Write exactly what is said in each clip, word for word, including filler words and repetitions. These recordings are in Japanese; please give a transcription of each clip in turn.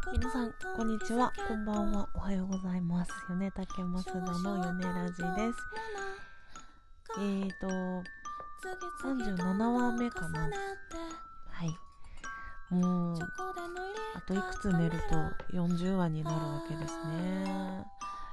皆さんこんにちは、こんばんは、おはようございます。米竹増田の米ラジです。えーとさんじゅうななわめかな。はい、もうあといくつ寝るとよんじゅうわになるわけですね。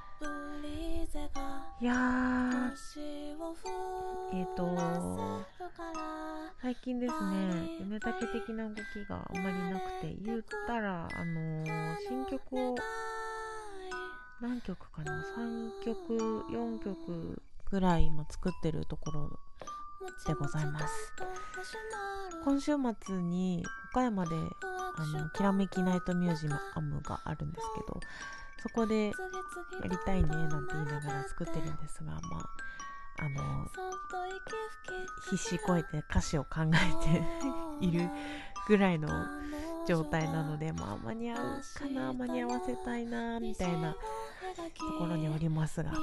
いやーえーと最近ですね、米竹的な動きがあんまりなくて、言ったらあのー、新曲を何曲かな、さんきょくよんきょくぐらい今作ってるところでございます。今週末に岡山であのきらめきナイトミュージアムがあるんですけど、そこでやりたいねなんて言いながら作ってるんですが、まああの必死こいて歌詞を考えているぐらいの状態なので、まあ間に合うかな、間に合わせたいなみたいなところにおりますが、はい、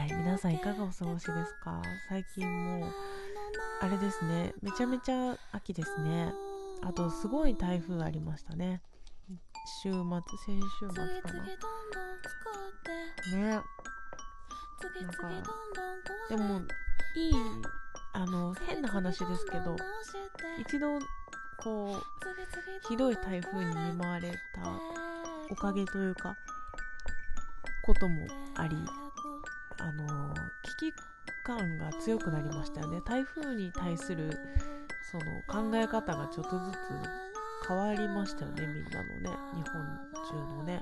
皆さんいかがお過ごしですか？最近もうあれですね、めちゃめちゃ秋ですね。あとすごい台風ありましたね。週末、先週末かなね。なんかでもいい、あの変な話ですけど、一度こうひどい台風に見舞われたおかげというかこともあり、あの危機感が強くなりましたよね。台風に対するその考え方がちょっとずつ変わりましたよね、みんなのね、日本中のね。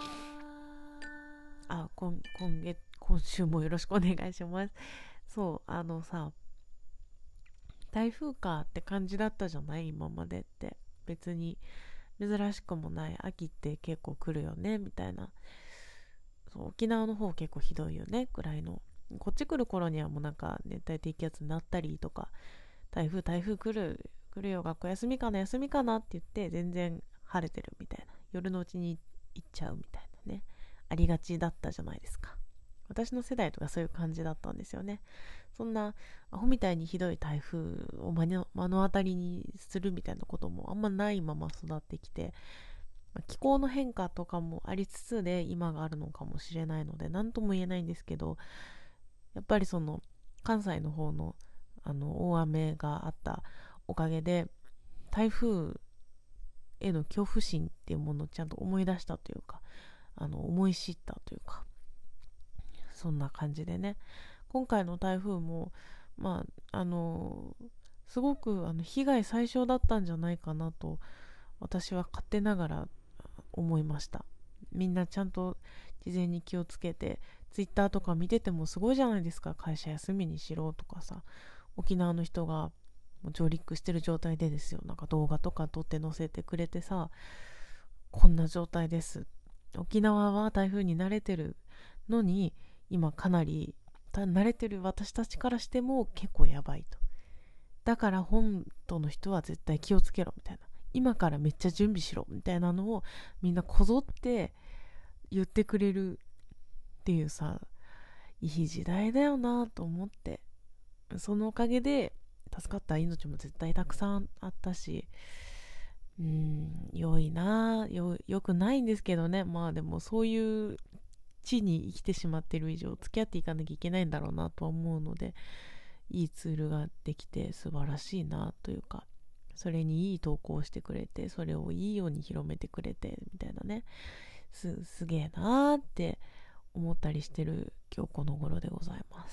あ、今、今月今週もよろしくお願いします。そう、あのさ、台風かって感じだったじゃない、今までって。別に珍しくもない、秋って結構来るよねみたいな。そう、沖縄の方結構ひどいよねくらいの、こっち来る頃にはもうなんか熱帯低気圧になったりとか、台風台風来る来るよ、学校休みかな休みかなって言って全然晴れてるみたいな、夜のうちに行っちゃうみたいなね、ありがちだったじゃないですか。私の世代とかそういう感じだったんですよね。そんなアホみたいにひどい台風を目の当たりにするみたいなこともあんまないまま育ってきて、気候の変化とかもありつつで今があるのかもしれないので何とも言えないんですけど、やっぱりその関西の方のあの大雨があったおかげで台風への恐怖心っていうものをちゃんと思い出したというか、あの思い知ったというか、そんな感じでね、今回の台風もまああのすごくあの被害最小だったんじゃないかなと私は勝手ながら思いました。みんなちゃんと事前に気をつけて、ツイッターとか見ててもすごいじゃないですか。会社休みにしろとかさ、沖縄の人が上陸してる状態でですよ、なんか動画とか撮って載せてくれてさ、こんな状態です、沖縄は台風に慣れてるのに今かなり慣れてる私たちからしても結構やばいと、だから本島の人は絶対気をつけろみたいな、今からめっちゃ準備しろみたいなのをみんなこぞって言ってくれるっていうさ、いい時代だよなと思って、そのおかげで助かった命も絶対たくさんあったし、うーん、良いな、よよくないんですけどね。まあでもそういう地に生きてしまっている以上付き合っていかなきゃいけないんだろうなとは思うので、いいツールができて素晴らしいなというか、それにいい投稿をしてくれて、それをいいように広めてくれてみたいなね、すすげえなーって思ったりしてる今日この頃でございます。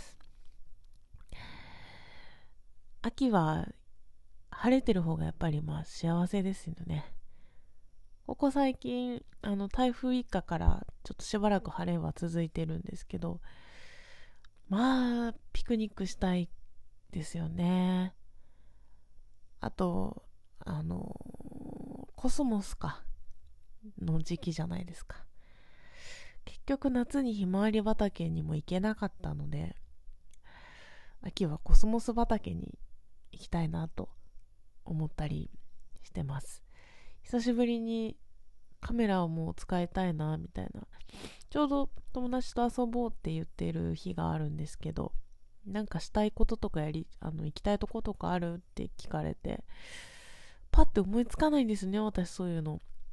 秋は晴れてる方がやっぱりまあ幸せですよね。ここ最近あの台風一過からちょっとしばらく晴れは続いてるんですけど、まあピクニックしたいですよね。あとあのコスモスかの時期じゃないですか。結局夏にひまわり畑にも行けなかったので、秋はコスモス畑に行きたいなと思ったりしてます。久しぶりにカメラをもう使いたいなみたいな、ちょうど友達と遊ぼうって言ってる日があるんですけど、なんかしたいこととかやりあの行きたいとことかあるって聞かれて、パッて思いつかないんですね、私そういうの。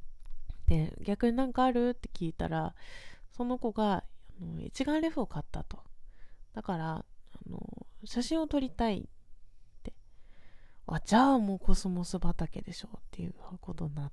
で、逆になんかあるって聞いたら、その子があの一眼レフを買ったと。だからあの写真を撮りたいって。あ、じゃあもうコスモス畑でしょっていうことになって、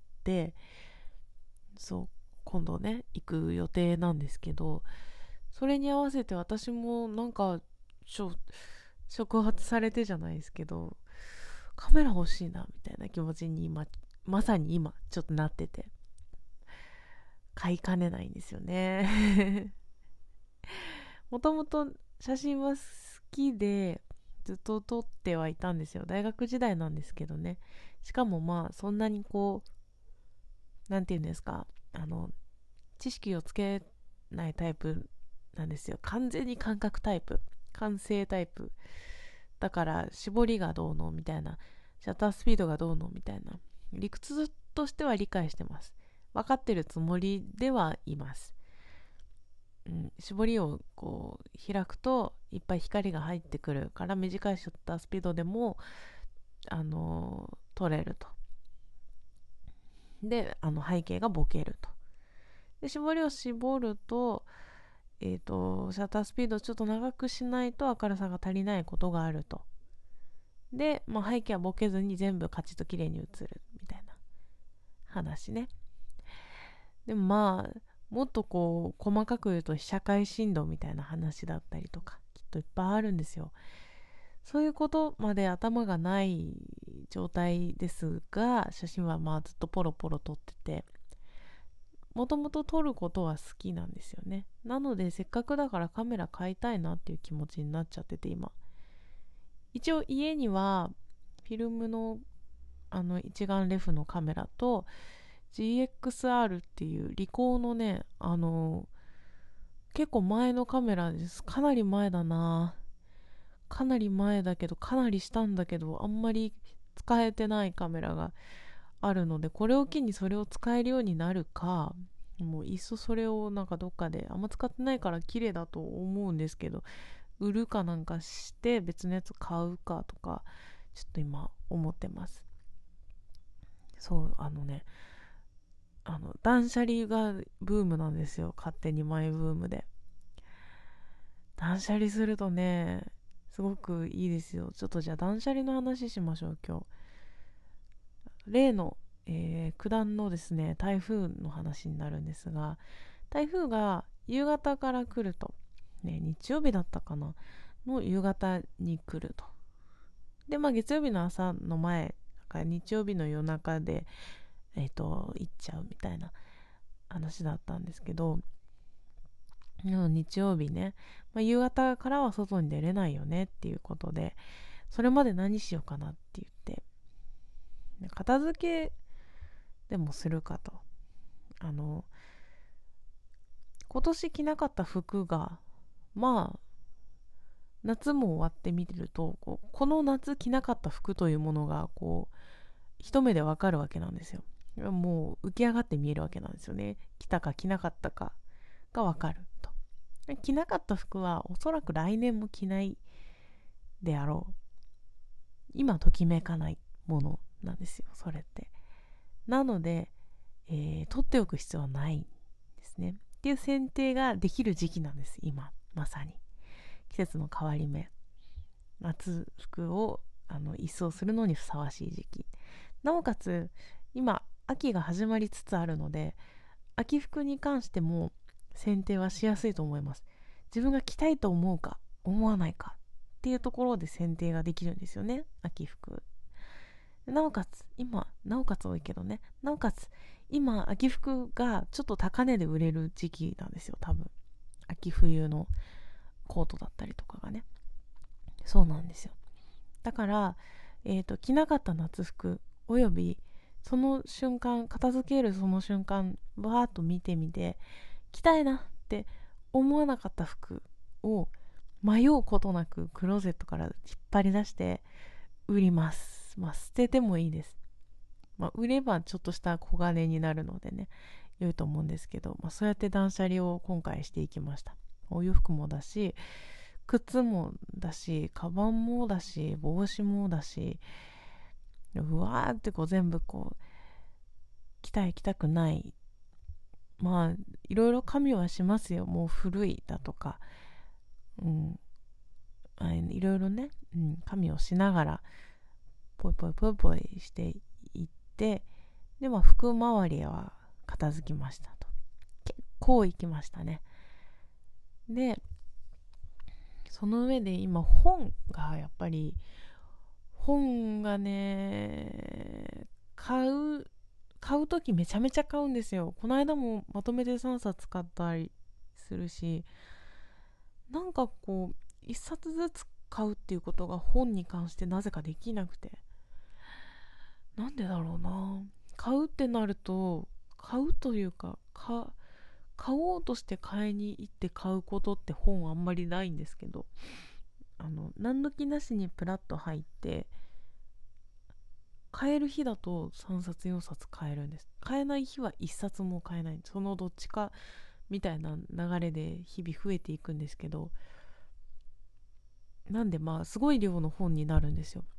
そう、今度ね行く予定なんですけど、それに合わせて私もなんかちょ触発されてじゃないですけど、カメラ欲しいなみたいな気持ちに今まさに今ちょっとなってて、買いかねないんですよね。もともと写真は好きでずっと撮ってはいたんですよ。大学時代なんですけどね。しかもまあそんなにこう、なんていうんですか、あの知識をつけないタイプなんですよ。完全に感覚タイプ、感性タイプだから、絞りがどうのみたいな、シャッタースピードがどうのみたいな、理屈としては理解してます。分かってるつもりではいます。うん、絞りをこう開くといっぱい光が入ってくるから、短いシャッタースピードでもあのー撮れると。で、あの背景がボケると。で、絞りを絞ると、えっ、とシャッタースピードをちょっと長くしないと明るさが足りないことがあると。で、まあ、背景はボケずに全部カチッと綺麗に映るみたいな話ね。でもまあもっとこう細かく言うと被写界深度みたいな話だったりとかきっといっぱいあるんですよ。そういうことまで頭がない状態ですが、写真はまあずっとポロポロ撮ってて、もともと撮ることは好きなんですよね。なのでせっかくだからカメラ買いたいなっていう気持ちになっちゃってて、今一応家にはフィルムのあの一眼レフのカメラと ジーエックスアール っていうリコーのね、あの結構前のカメラです。かなり前だな。かなり前だけど、かなりしたんだけど、あんまり使えてないカメラがあるので、これを機にそれを使えるようになるか、もういっそそれをなんかどっかで、あんま使ってないから綺麗だと思うんですけど、売るかなんかして別のやつ買うかとか、ちょっと今思ってます。そう、あのね、あの断捨離がブームなんですよ。勝手にマイブームで断捨離するとね、すごくいいですよ。ちょっとじゃあ断捨離の話しましょう。今日例の、えー九段のですね台風の話になるんですが、台風が夕方から来ると、ね、日曜日だったかなの夕方に来ると。で、まあ月曜日の朝の前か日曜日の夜中でえっ、と行っちゃうみたいな話だったんですけど、日曜日ね、まあ、夕方からは外に出れないよねっていうことで、それまで何しようかなって言って片付けでもするかと。あの今年着なかった服が、まあ夏も終わってみてると、こうこの夏着なかった服というものがこう一目でわかるわけなんですよ。もう浮き上がって見えるわけなんですよね。着たか着なかったかがわかると。着なかった服はおそらく来年も着ないであろう。今ときめかないものなんですよ、それって。なので、えー、取っておく必要はないんですね。っていう選定ができる時期なんです、今まさに。季節の変わり目、夏服をあの一掃するのにふさわしい時期。なおかつ今秋が始まりつつあるので、秋服に関しても選定はしやすいと思います。自分が着たいと思うか思わないかっていうところで選定ができるんですよね、秋服。なおかつ今なおかつ多いけどねなおかつ今秋服がちょっと高値で売れる時期なんですよ、多分。秋冬のコートだったりとかがね。そうなんですよ。だから、えーと、着なかった夏服およびその瞬間片付けるその瞬間バーッと見てみて、着たいなって思わなかった服を迷うことなくクローゼットから引っ張り出して売ります。まあ捨ててもいいです。まあ、売ればちょっとした小金になるのでね、良いと思うんですけど、まあ、そうやって断捨離を今回していきました。お洋服もだし、靴もだし、カバンもだし、帽子もだし、うわーってこう全部こう着たい着たくないまあいろいろ加味はしますよ。もう古いだとか、うん、いろいろね、うん、加味をしながらポイポイポイポイしていって、でまあ服周りは片付きましたと。結構行きましたね。でその上で今本がやっぱり本がね買う買うときめちゃめちゃ買うんですよ。この間もまとめてさんさつ買ったりするし、なんかこういっさつずつ買うっていうことが本に関してなぜかできなくて、なんでだろうな。買うってなると、買うというかか買おうとして買いに行って買うことって本あんまりないんですけど、あの何の気なしにプラッと入って買える日だとさんさつよんさつ買えるんです。買えない日はいっさつも買えない、そのどっちかみたいな流れで日々増えていくんですけど、なんでまあすごい量の本になるんですよ。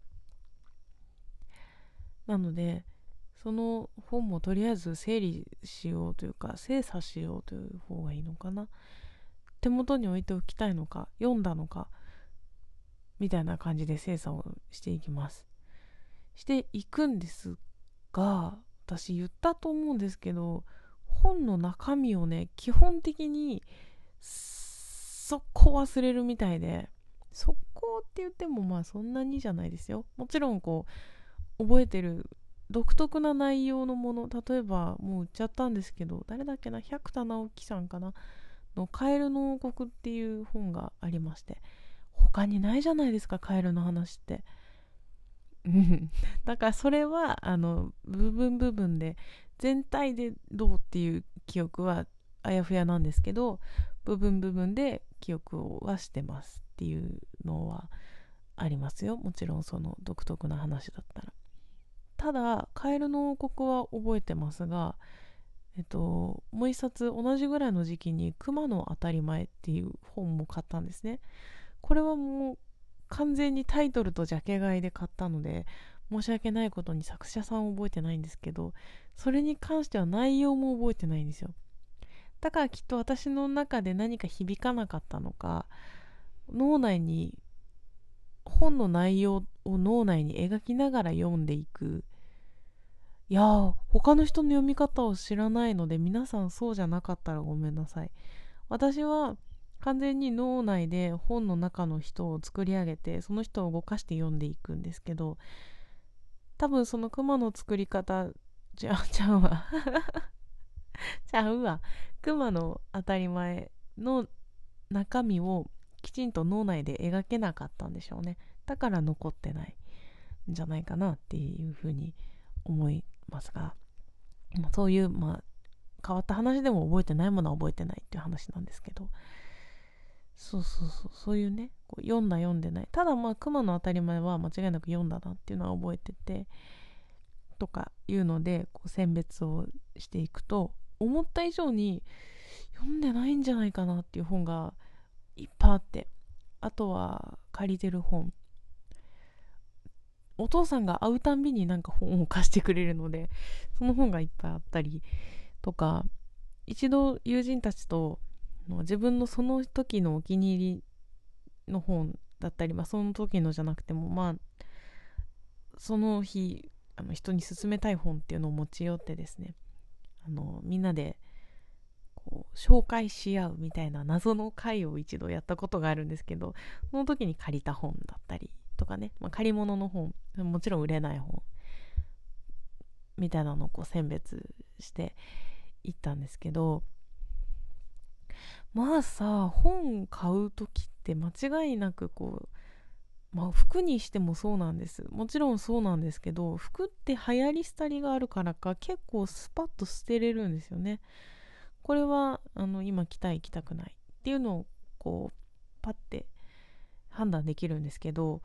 なのでその本もとりあえず整理しようというか精査しようという方がいいのかな、手元に置いておきたいのか読んだのかみたいな感じで精査をしていきますしていくんですが、私言ったと思うんですけど、本の中身をね基本的に速攻忘れるみたいで、速攻って言ってもまあそんなにじゃないですよ。もちろんこう覚えてる独特な内容のもの、例えばもう売っちゃったんですけど、誰だっけな、百田直樹さんかなのカエルの王国っていう本がありまして、他にないじゃないですかカエルの話って。うんだからそれはあの部分部分で全体でどうっていう記憶はあやふやなんですけど、部分部分で記憶はしてますっていうのはありますよ。もちろんその独特な話だったら。ただカエルの王国は覚えてますが、えっともう一冊同じぐらいの時期に熊の当たり前っていう本も買ったんですね。これはもう完全にタイトルとジャケ買いで買ったので申し訳ないことに作者さんを覚えてないんですけど、それに関しては内容も覚えてないんですよ。だからきっと私の中で何か響かなかったのか、脳内に本の内容を脳内に描きながら読んでいく。いやー、他の人の読み方を知らないので皆さんそうじゃなかったらごめんなさい。私は完全に脳内で本の中の人を作り上げて、その人を動かして読んでいくんですけど、多分そのクマの作り方じゃちゃうわちゃうわクマの当たり前の中身をきちんと脳内で描けなかったんでしょうね。だから残ってないんじゃないかなっていうふうに思いますが、そういうまあ変わった話でも覚えてないものは覚えてないっていう話なんですけど、そうそうそう、そういうね、こう読んだ読んでない、ただまあ熊の当たり前は間違いなく読んだなっていうのは覚えててとかいうので、こう選別をしていくと思った以上に読んでないんじゃないかなっていう本がいっぱいあって、あとは借りてる本、お父さんが会うたんびになんか本を貸してくれるのでその本がいっぱいあったりとか、一度友人たちと自分のその時のお気に入りの本だったり、まあ、その時のじゃなくてもまあその日あの人に勧めたい本っていうのを持ち寄ってですね、あのみんなでこう紹介し合うみたいな謎の会を一度やったことがあるんですけど、その時に借りた本だったりとかね、まあ、借り物の本、もちろん売れない本みたいなのをこう選別していったんですけど、まあさ、本買う時って間違いなくこう、まあ服にしてもそうなんです。もちろんそうなんですけど、服って流行り廃りがあるからか結構スパッと捨てれるんですよね。これはあの今着たい着たくないっていうのをこうパッて判断できるんですけど、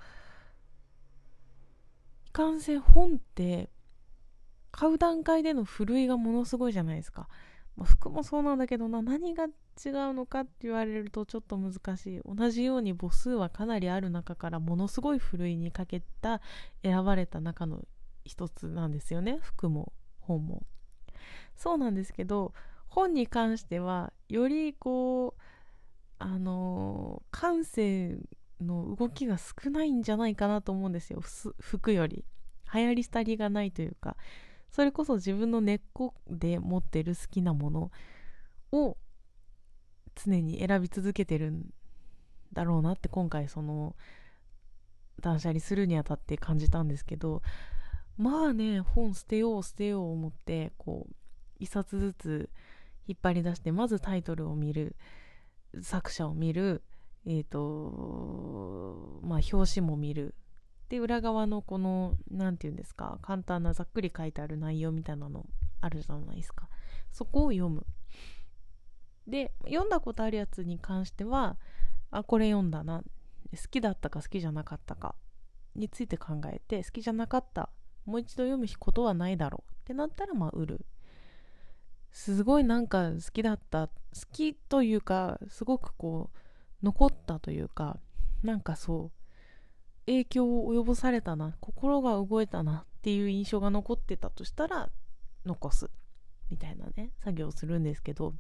いかんせん本って買う段階でのふるいがものすごいじゃないですか。まあ、服もそうなんだけどな、何が違うのかって言われるとちょっと難しい。同じように母数はかなりある中からものすごいふるいにかけた選ばれた中の一つなんですよね、服も本も。そうなんですけど、 本に関してはよりこうあのー感性の動きが少ないんじゃないかなと思うんですよ。服より流行り廃りがないというか、それこそ自分の根っこで持ってる好きなものを常に選び続けてるんだろうなって、今回その断捨離するにあたって感じたんですけど、まあね、本捨てよう捨てよう思ってこう一冊ずつ引っ張り出して、まずタイトルを見る、作者を見る、えっ、ー、とまあ表紙も見る、で裏側のこのなんていうんですか、簡単なざっくり書いてある内容みたいなのあるじゃないですか。そこを読む。で読んだことあるやつに関しては、あ、これ読んだな、好きだったか好きじゃなかったかについて考えて、好きじゃなかった、もう一度読むことはないだろうってなったら、まあ売る。すごいなんか好きだった、好きというかすごくこう残ったというか、なんかそう影響を及ぼされたな、心が動いたなっていう印象が残ってたとしたら残すみたいなね作業をするんですけど、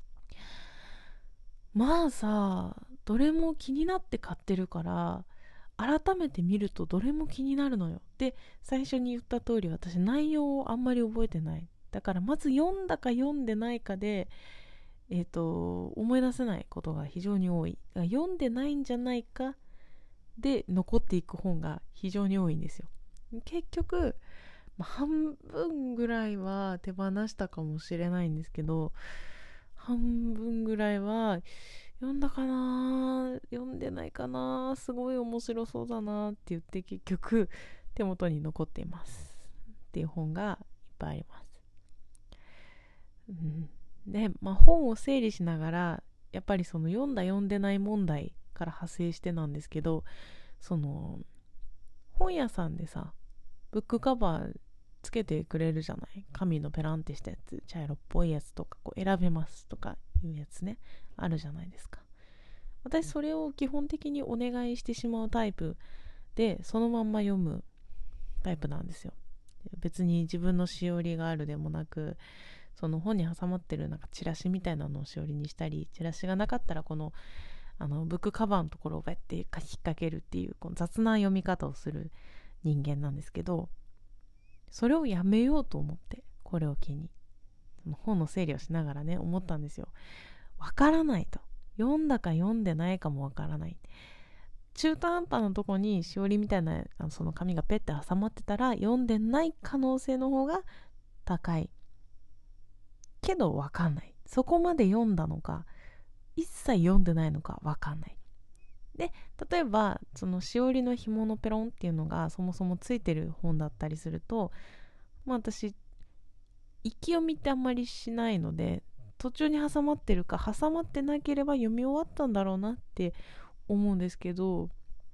まあさ、どれも気になって買ってるから、改めて見るとどれも気になるのよ。で、最初に言った通り、私内容をあんまり覚えてない。だからまず読んだか読んでないかで、えっと、思い出せないことが非常に多い。読んでないんじゃないかで残っていく本が非常に多いんですよ。結局、まあ、半分ぐらいは手放したかもしれないんですけど、半分ぐらいは読んだかな、読んでないかな、すごい面白そうだなって言って結局手元に残っていますっていう本がいっぱいあります。うん、で、まあ、本を整理しながら、やっぱりその読んだ読んでない問題から派生してなんですけど、その本屋さんでさ、ブックカバーつけてくれるじゃない。紙のペランってしたやつ、茶色っぽいやつとか、こう選べますとかいうやつね、あるじゃないですか。私それを基本的にお願いしてしまうタイプで、そのまんま読むタイプなんですよ。別に自分のしおりがあるでもなく、その本に挟まってるなんかチラシみたいなのをしおりにしたり、チラシがなかったらこのあのブックカバーのところをベッて引っ掛けるっていう、この雑な読み方をする人間なんですけど、それをやめようと思って、これを機にその本の整理をしながらね思ったんですよ。わからないと、読んだか読んでないかもわからない、中途半端なとこにしおりみたいなあのその紙がペッて挟まってたら読んでない可能性の方が高いけどわかんない、そこまで読んだのか一切読んでないのかわかんない。で、例えばそのしおりの紐のペロンっていうのがそもそもついてる本だったりすると、まあ私一気読みってあんまりしないので、途中に挟まってるか挟まってなければ読み終わったんだろうなって思うんですけど、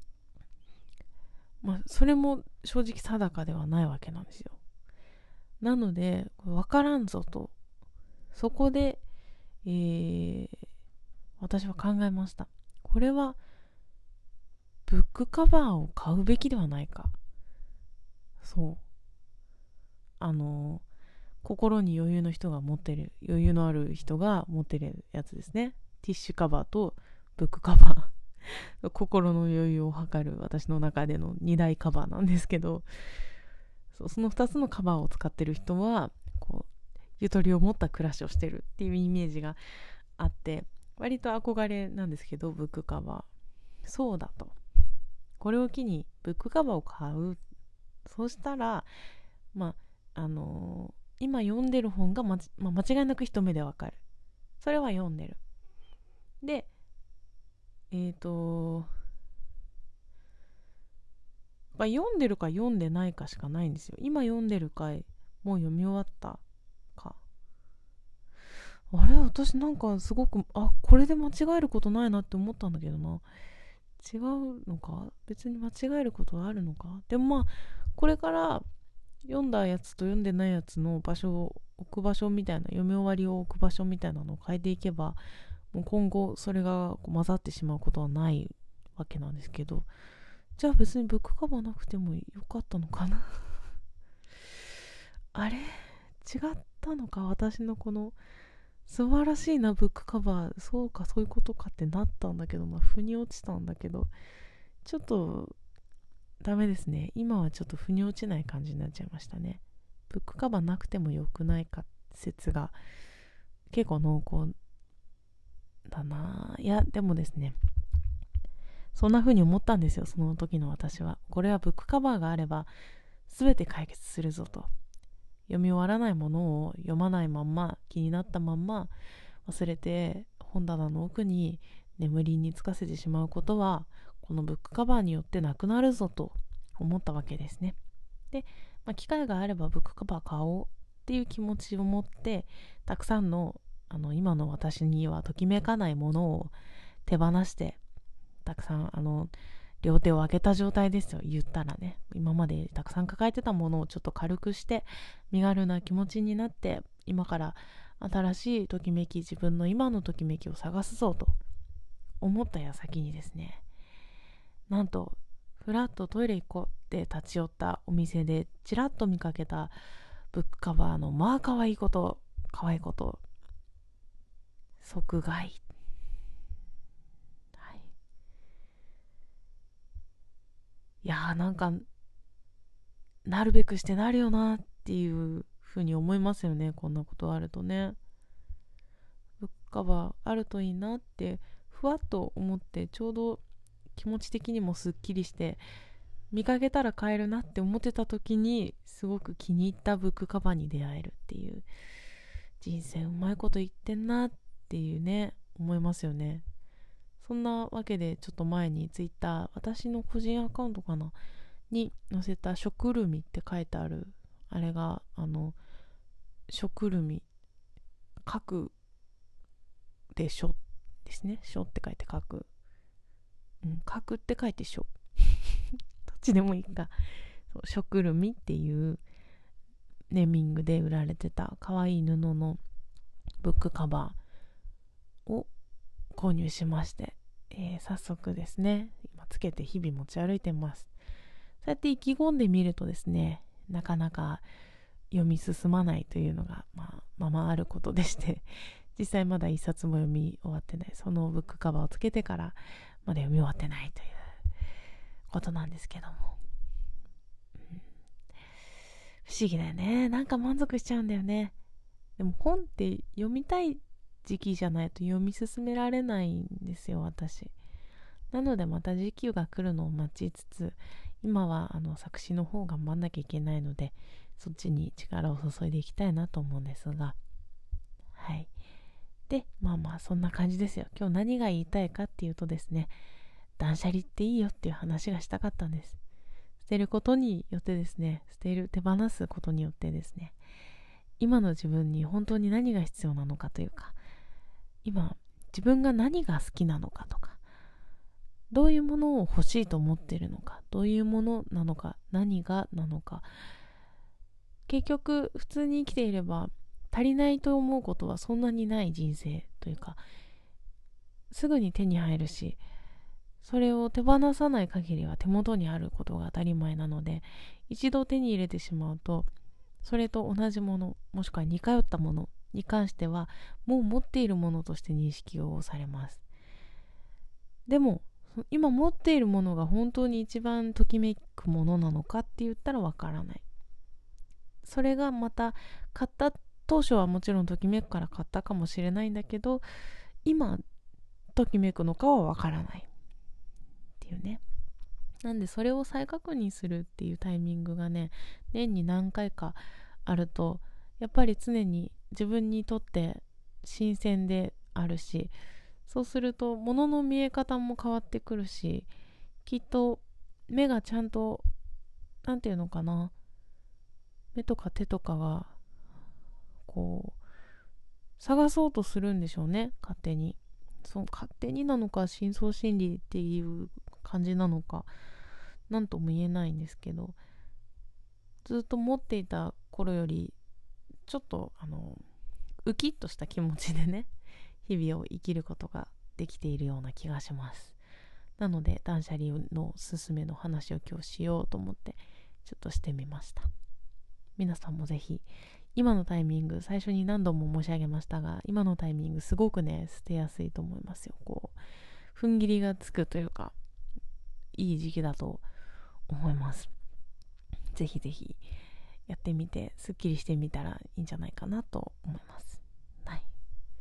まあそれも正直定かではないわけなんですよ。なので分からんぞと、そこで、えー、私は考えました。これはブックカバーを買うべきではないか。そう、あの心に余裕の人が持ってる、余裕のある人が持ってるやつですね。ティッシュカバーとブックカバー心の余裕を測る私の中でのに大カバーなんですけど、そう、そのふたつのカバーを使ってる人はこうゆとりを持った暮らしをしてるっていうイメージがあって、割と憧れなんですけど、ブックカバー、そうだと、これを機にブックカバーを買う。そうしたらまああのー今読んでる本が、ままあ、間違いなく一目でわかる。それは読んでる。で、えっ、ー、とまあ、読んでるか読んでないかしかないんですよ。今読んでる回もう読み終わったか、あれ、私なんかすごく、あ、これで間違えることないなって思ったんだけどな。違うのか、別に間違えることはあるのか。でもまあこれから読んだやつと読んでないやつの場所を置く場所みたいな、読み終わりを置く場所みたいなのを変えていけば、もう今後それがこう混ざってしまうことはないわけなんですけど、じゃあ別にブックカバーなくてもよかったのかなあれ、違ったのか、私のこの素晴らしいなブックカバー、そうかそういうことかってなったんだけどな、腑に落ちたんだけど、ちょっとダメですね。今はちょっと腑に落ちない感じになっちゃいましたね。ブックカバーなくてもよくないか説が結構濃厚だな。いやでもですね、そんな風に思ったんですよ、その時の私は。これはブックカバーがあれば全て解決するぞと。読み終わらないものを読まないまんま、気になったまんま忘れて本棚の奥に眠りにつかせてしまうことは、このブックカバーによってなくなるぞと思ったわけですね。で、まあ、機会があればブックカバー買おうっていう気持ちを持って、たくさんのあの今の私にはときめかないものを手放して、たくさんあの両手を上げた状態ですよ、言ったらね。今までたくさん抱えてたものをちょっと軽くして、身軽な気持ちになって、今から新しいときめき、自分の今のときめきを探すぞと思った矢先にですね、なんとフラッとトイレ行こうって立ち寄ったお店でちらっと見かけたブックカバーのまあ可愛いこと、可愛いこと、即買い。はい。いやーなんかなるべくしてなるよなっていうふうに思いますよね。こんなことあるとね。ブックカバーあるといいなってふわっと思って、ちょうど気持ち的にもすっきりして、見かけたら買えるなって思ってた時にすごく気に入ったブックカバーに出会えるっていう、人生うまいこと言ってんなっていうね、思いますよね。そんなわけで、ちょっと前にツイッター、私の個人アカウントかなに載せた食るみって書いてある、あれがあの食るみ、書くでしょですね。しょって書いて書く、うん、書くって書いてしょどっちでもいいか。そう食るみっていうネーミングで売られてた可愛い布のブックカバーを購入しまして、えー、早速ですね、今つけて日々持ち歩いてます。そうやって意気込んでみるとですね、なかなか読み進まないというのが、まあ、ままあることでして、実際まだ一冊も読み終わってない、そのブックカバーをつけてからまだ読み終わってないということなんですけども、うん、不思議だよね。なんか満足しちゃうんだよね。でも本って読みたい時期じゃないと読み進められないんですよ、私。なのでまた時期が来るのを待ちつつ、今はあの作詞の方頑張んなきゃいけないので、そっちに力を注いでいきたいなと思うんですが、はい。で、まあまあそんな感じですよ。今日何が言いたいかっていうとですね、断捨離っていいよっていう話がしたかったんです。捨てることによってですね、捨てる、手放すことによってですね、今の自分に本当に何が必要なのかというか、今自分が何が好きなのかとか、どういうものを欲しいと思っているのか、どういうものなのか、何がなのか、結局普通に生きていれば足りないと思うことはそんなにない人生というか、すぐに手に入るし、それを手放さない限りは手元にあることが当たり前なので、一度手に入れてしまうと、それと同じもの、もしくは似通ったものに関してはもう持っているものとして認識をされます。でも今持っているものが本当に一番ときめくものなのかって言ったらわからない。それがまた買った当初はもちろんときめくから買ったかもしれないんだけど、今ときめくのかはわからないっていうね。なんでそれを再確認するっていうタイミングがね、年に何回かあると、やっぱり常に自分にとって新鮮であるし、そうすると物の見え方も変わってくるし、きっと目がちゃんと、なんていうのかな、目とか手とかがこう探そうとするんでしょうね、勝手に。そう勝手になのか、深層心理っていう感じなのか、なんとも言えないんですけど、ずっと持っていた頃よりちょっとあのウキッとした気持ちでね、日々を生きることができているような気がします。なので断捨離のすすめの話を今日しようと思ってちょっとしてみました。皆さんもぜひ今のタイミング、最初に何度も申し上げましたが、今のタイミングすごくね捨てやすいと思いますよ。こう踏ん切りがつくというか、いい時期だと思います。ぜひぜひやってみてすっきりしてみたらいいんじゃないかなと思います。はい、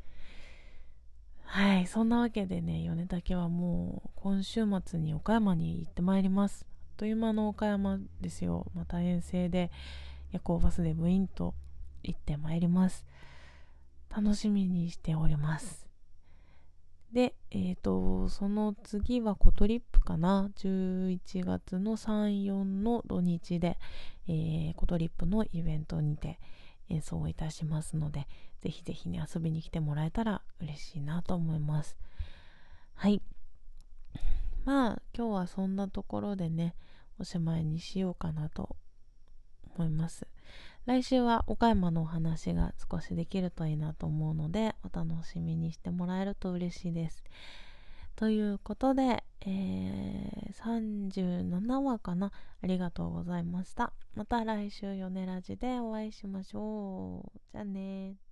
はい、そんなわけでね、米竹はもう今週末に岡山に行ってまいります。あっという間の岡山ですよ。また遠征で夜行バスで部員と行ってまいります。楽しみにしております。で、えっ、ー、と、その次はコトリップかな。じゅういちがつのさん、よんの土日で、えー、コトリップのイベントにて演奏をいたしますので、ぜひぜひね、遊びに来てもらえたら嬉しいなと思います。はい。まあ、今日はそんなところでね、おしまいにしようかなと思います。来週は岡山のお話が少しできるといいなと思うので、お楽しみにしてもらえると嬉しいです。ということで、えー、さんじゅうななわかな。ありがとうございました。また来週ヨネラジでお会いしましょう。じゃあね。